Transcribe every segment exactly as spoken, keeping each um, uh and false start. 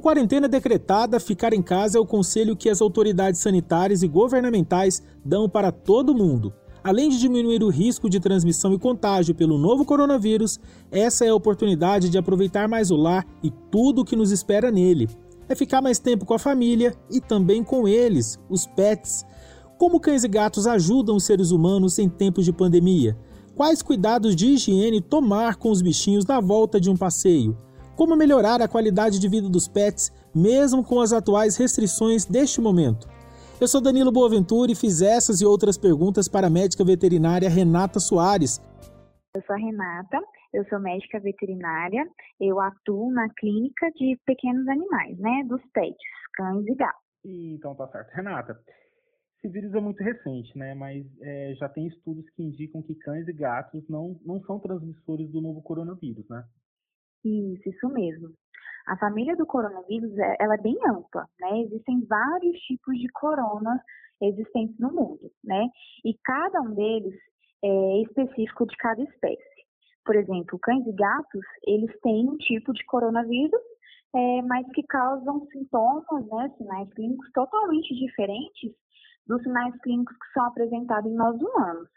quarentena decretada, ficar em casa é o conselho que as autoridades sanitárias e governamentais dão para todo mundo. Além de diminuir o risco de transmissão e contágio pelo novo coronavírus, essa é a oportunidade de aproveitar mais o lar e tudo o que nos espera nele. É ficar mais tempo com a família e também com eles, os pets. Como cães e gatos ajudam os seres humanos em tempos de pandemia? Quais cuidados de higiene tomar com os bichinhos na volta de um passeio? Como melhorar a qualidade de vida dos pets, mesmo com as atuais restrições deste momento? Eu sou Danilo Boaventura e fiz essas e outras perguntas para a médica veterinária Renata Soares. Eu sou a Renata, eu sou médica veterinária, eu atuo na clínica de pequenos animais, né, dos pets, cães e gatos. Então tá certo. Renata, esse vírus é muito recente, né, mas é, já tem estudos que indicam que cães e gatos não, não são transmissores do novo coronavírus, né? Isso, isso mesmo. A família do coronavírus, ela é bem ampla, né? Existem vários tipos de coronas existentes no mundo, né? E cada um deles é específico de cada espécie. Por exemplo, cães e gatos, eles têm um tipo de coronavírus, é, mas que causam sintomas, né? Sinais clínicos totalmente diferentes dos sinais clínicos que são apresentados em nós humanos.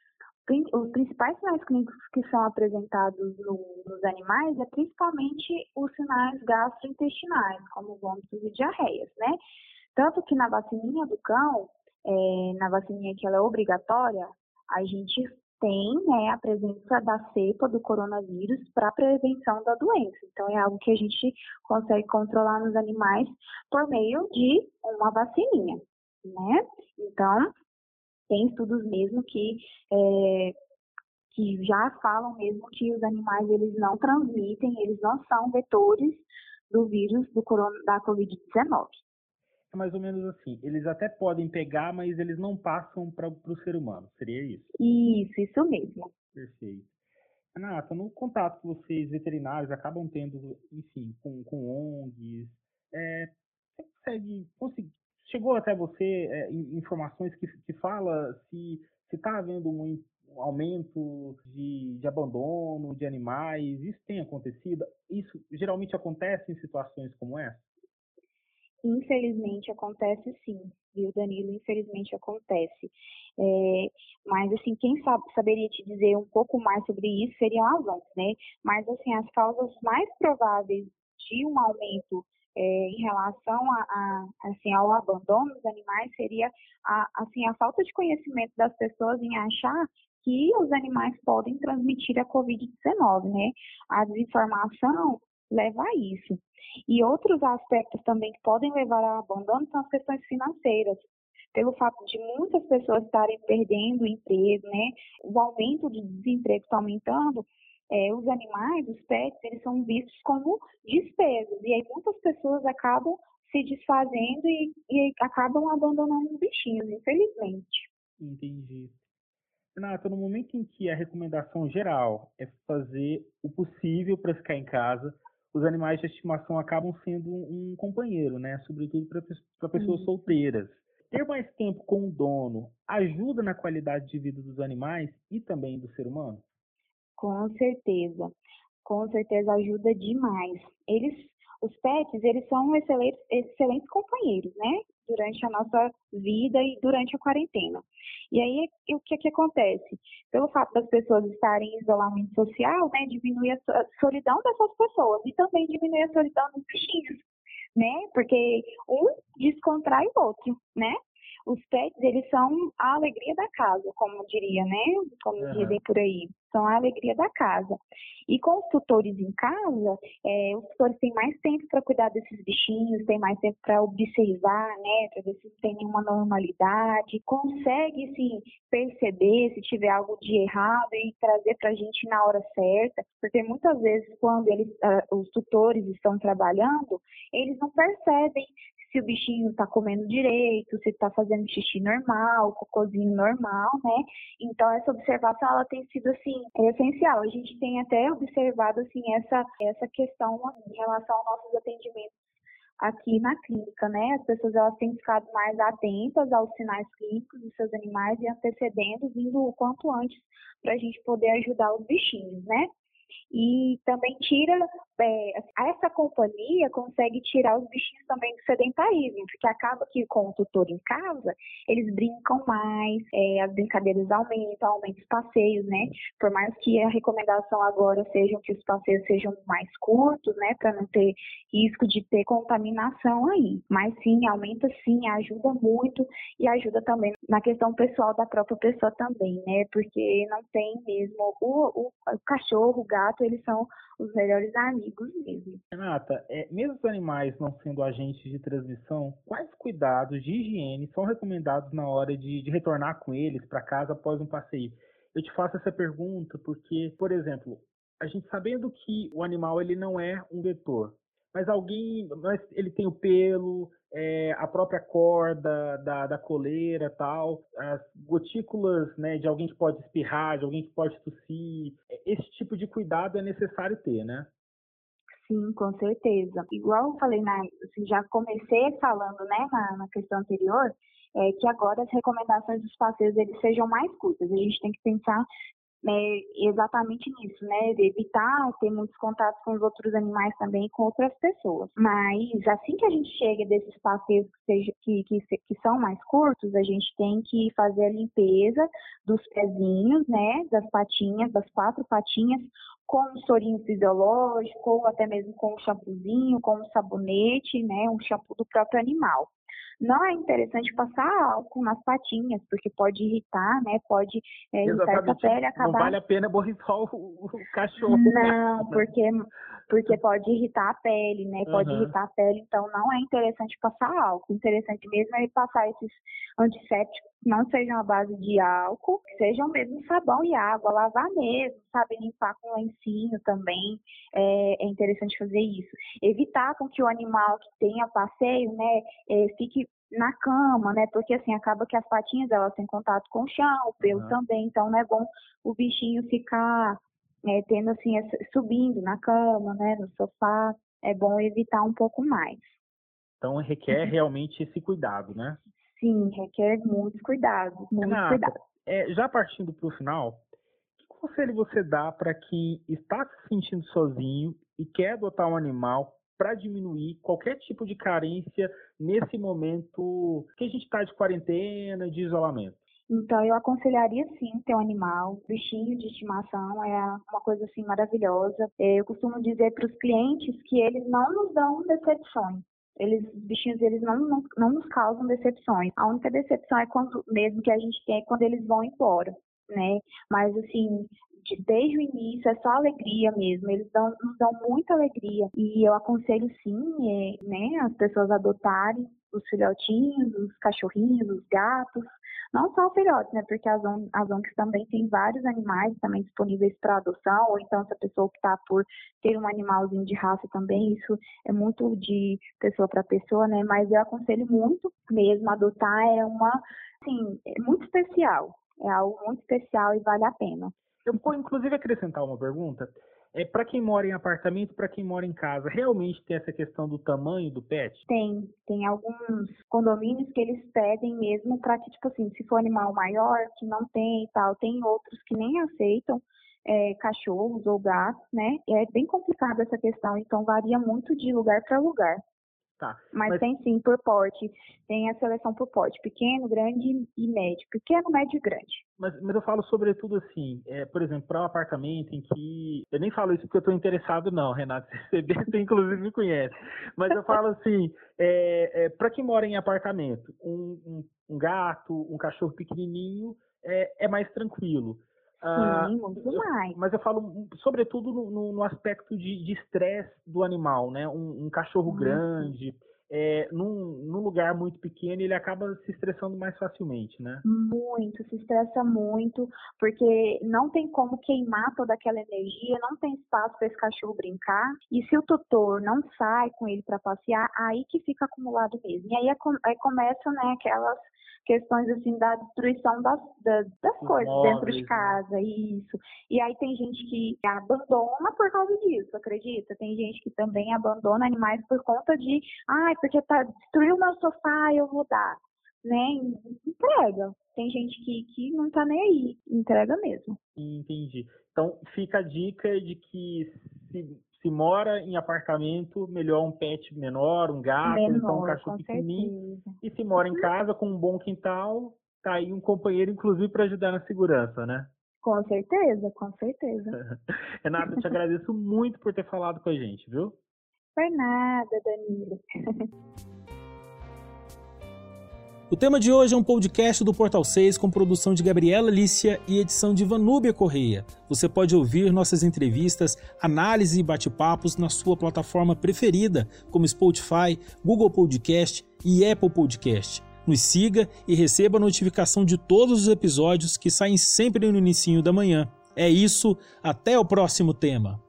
Os principais sinais clínicos que são apresentados no, nos animais é principalmente os sinais gastrointestinais, como vômitos e diarreias, né? Tanto que na vacininha do cão, é, na vacininha que ela é obrigatória, a gente tem, né, a presença da cepa do coronavírus para prevenção da doença. Então, é algo que a gente consegue controlar nos animais por meio de uma vacininha, né? Então, tem estudos mesmo que, é, que já falam mesmo que os animais eles não transmitem, eles não são vetores do vírus do corona, da covid dezenove. É mais ou menos assim, eles até podem pegar, mas eles não passam para o ser humano, seria isso? Isso, isso mesmo. Perfeito. Renata, no contato que vocês veterinários acabam tendo, enfim, com, com O N Gs, é, você consegue, conseguir, chegou até você é, informações que, que fala se está havendo um, um aumento de, de abandono de animais? Isso tem acontecido? Isso geralmente acontece em situações como essa? Infelizmente acontece sim, viu, Danilo? Infelizmente acontece. É, mas, assim, quem sabe, saberia te dizer um pouco mais sobre isso seriam as O N Gs, né? Mas, assim, as causas mais prováveis de um aumento é, em relação a, a, assim, ao abandono dos animais seria a, assim, a falta de conhecimento das pessoas em achar que os animais podem transmitir a covid dezenove, né? A desinformação leva a isso. E outros aspectos também que podem levar ao abandono são as questões financeiras. Pelo fato de muitas pessoas estarem perdendo o emprego, né? O aumento de desemprego está aumentando, é, os animais, os pets, eles são vistos como despesas. E aí muitas pessoas acabam se desfazendo e, e acabam abandonando os bichinhos, infelizmente. Entendi. Renata, no momento em que a recomendação geral é fazer o possível para ficar em casa, os animais de estimação acabam sendo um companheiro, né? Sobretudo para pessoas solteiras. Ter mais tempo com o dono ajuda na qualidade de vida dos animais e também do ser humano? Com certeza. Com certeza ajuda demais. Eles, os pets, eles são excelentes, excelentes companheiros, né? Durante a nossa vida e durante a quarentena. E aí, o que, que acontece? Pelo fato das pessoas estarem em isolamento social, né, diminui a solidão dessas pessoas e também diminui a solidão dos bichinhos, né? Porque um descontrai o outro, né? Os pets, eles são a alegria da casa, como diria, né? Como Uhum. dizem por aí. São a alegria da casa. E com os tutores em casa, é, os tutores têm mais tempo para cuidar desses bichinhos, têm mais tempo para observar, né? Para ver se tem nenhuma normalidade. Consegue, sim, perceber se tiver algo de errado e trazer para a gente na hora certa. Porque muitas vezes, quando eles, uh, os tutores estão trabalhando, eles não percebem se o bichinho está comendo direito, se está fazendo xixi normal, cocôzinho normal, né? Então, essa observação, ela tem sido, assim, essencial. A gente tem até observado, assim, essa, essa questão em relação aos nossos atendimentos aqui na clínica, né? As pessoas, elas têm ficado mais atentas aos sinais clínicos dos seus animais e antecedendo, vindo o quanto antes para a gente poder ajudar os bichinhos, né? E também tira é, essa companhia consegue tirar os bichinhos também do sedentarismo, porque acaba que com o tutor em casa, eles brincam mais, é, as brincadeiras aumentam, aumentam os passeios, né? Por mais que a recomendação agora seja que os passeios sejam mais curtos, né? Para não ter risco de ter contaminação aí. Mas sim, aumenta sim, ajuda muito e ajuda também na questão pessoal da própria pessoa também, né? Porque não tem mesmo o, o, o cachorro, o gato, eles são os melhores amigos mesmo. Renata, é, mesmo os animais não sendo agentes de transmissão, quais cuidados de higiene são recomendados na hora de, de retornar com eles para casa após um passeio? Eu te faço essa pergunta porque, por exemplo, a gente sabendo que o animal ele não é um vetor, mas alguém, mas ele tem o pelo, é, a própria corda da, da coleira, tal, as gotículas, né, de alguém que pode espirrar, de alguém que pode tossir. Esse tipo de cuidado é necessário ter, né? Sim, com certeza. Igual eu falei, na, assim, já comecei falando, né, na, na questão anterior, é que agora as recomendações dos passeios eles sejam mais curtas. A gente tem que pensar é, exatamente nisso, né? De evitar ter muitos contatos com os outros animais também e com outras pessoas. Mas assim que a gente chega desses passeios que, seja, que, que, que são mais curtos, a gente tem que fazer a limpeza dos pezinhos, né? Das patinhas, das quatro patinhas, com um sorinho fisiológico, ou até mesmo com um shampoozinho, com um sabonete, né? Um shampoo do próprio animal. Não é interessante passar álcool nas patinhas, porque pode irritar, né? Pode é, irritar essa pele, acabar... Não vale a pena borrifar o, o cachorro. Não, porque, porque pode irritar a pele, né? Pode uhum. irritar a pele, então não é interessante passar álcool. Interessante mesmo é passar esses antissépticos que não sejam à base de álcool, que sejam mesmo sabão e água, lavar mesmo, sabe? Limpar com lencinho também, é, é interessante fazer isso. Evitar com que o animal que tenha passeio, né, é, fique na cama, né? Porque assim, acaba que as patinhas elas têm contato com o chão, o pelo uhum. também, então não é bom o bichinho ficar é, tendo assim, subindo na cama, né? No sofá, é bom evitar um pouco mais. Então requer realmente esse cuidado, né? Sim, requer muito cuidado, muito Renata, cuidado. É, já partindo para o final, que conselho você dá para quem está se sentindo sozinho e quer adotar um animal para diminuir qualquer tipo de carência nesse momento que a gente está de quarentena, de isolamento? Então, eu aconselharia sim ter um animal. Bichinho de estimação é uma coisa assim maravilhosa. Eu costumo dizer para os clientes que eles não nos dão decepções. Eles, os bichinhos, eles não, não, não nos causam decepções. A única decepção é quando, mesmo que a gente tem, é quando eles vão embora, né? Mas, assim, de, desde o início é só alegria mesmo. Eles dão, nos dão muita alegria. E eu aconselho, sim, é, né, as pessoas adotarem os filhotinhos, os cachorrinhos, os gatos. Não só filhotes, né? Porque as, on, as O N Gs também têm vários animais também disponíveis para adoção, ou então se a pessoa optar por ter um animalzinho de raça também, isso é muito de pessoa para pessoa, né? Mas eu aconselho muito mesmo, adotar é uma, assim, é muito especial, é algo muito especial e vale a pena. Eu vou, inclusive, acrescentar uma pergunta. É, para quem mora em apartamento, para quem mora em casa, realmente tem essa questão do tamanho do pet? Tem, tem alguns condomínios que eles pedem mesmo para que, tipo assim, se for animal maior, que não tem e tal, tem outros que nem aceitam é, cachorros ou gatos, né? É bem complicada essa questão, então varia muito de lugar para lugar. Tá, mas, mas tem sim por porte, tem a seleção por porte, pequeno, grande e médio, pequeno, médio e grande. Mas, mas eu falo sobretudo assim, é, por exemplo, para um apartamento em que, eu nem falo isso porque eu estou interessado não, Renato, você, você inclusive me conhece, mas eu falo assim, é, é, para quem mora em apartamento, um, um, um gato, um cachorro pequenininho é, é mais tranquilo. Sim, muito uh, mais. Eu, mas eu falo sobretudo no, no, no aspecto de estresse do animal, né? Um, um cachorro uhum. grande, é, num, num lugar muito pequeno, ele acaba se estressando mais facilmente, né? Muito, se estressa muito, porque não tem como queimar toda aquela energia, não tem espaço para esse cachorro brincar, e se o tutor não sai com ele para passear, aí que fica acumulado mesmo. E aí, é, aí começam, né, aquelas questões assim da destruição das, das, das coisas móveis, dentro de casa, né? Isso. E aí tem gente que abandona por causa disso, acredita? Tem gente que também abandona animais por conta de, ai, ah, porque tá, destruiu meu sofá, eu vou dar, né? Entrega. Tem gente que, que não tá nem aí, entrega mesmo. Entendi. Então fica a dica de que se, Se mora em apartamento, melhor um pet menor, um gato, Menor, então um cachorro pequenininho. E se mora em casa com um bom quintal, tá aí um companheiro, inclusive, para ajudar na segurança, né? Com certeza, com certeza. Renata, eu te agradeço muito por ter falado com a gente, viu? Por nada, Danilo. O tema de hoje é um podcast do Portal seis com produção de Gabriela Lícia e edição de Vanúbia Correia. Você pode ouvir nossas entrevistas, análise e bate-papos na sua plataforma preferida, como Spotify, Google Podcast e Apple Podcast. Nos siga e receba a notificação de todos os episódios que saem sempre no inicinho da manhã. É isso, até o próximo tema.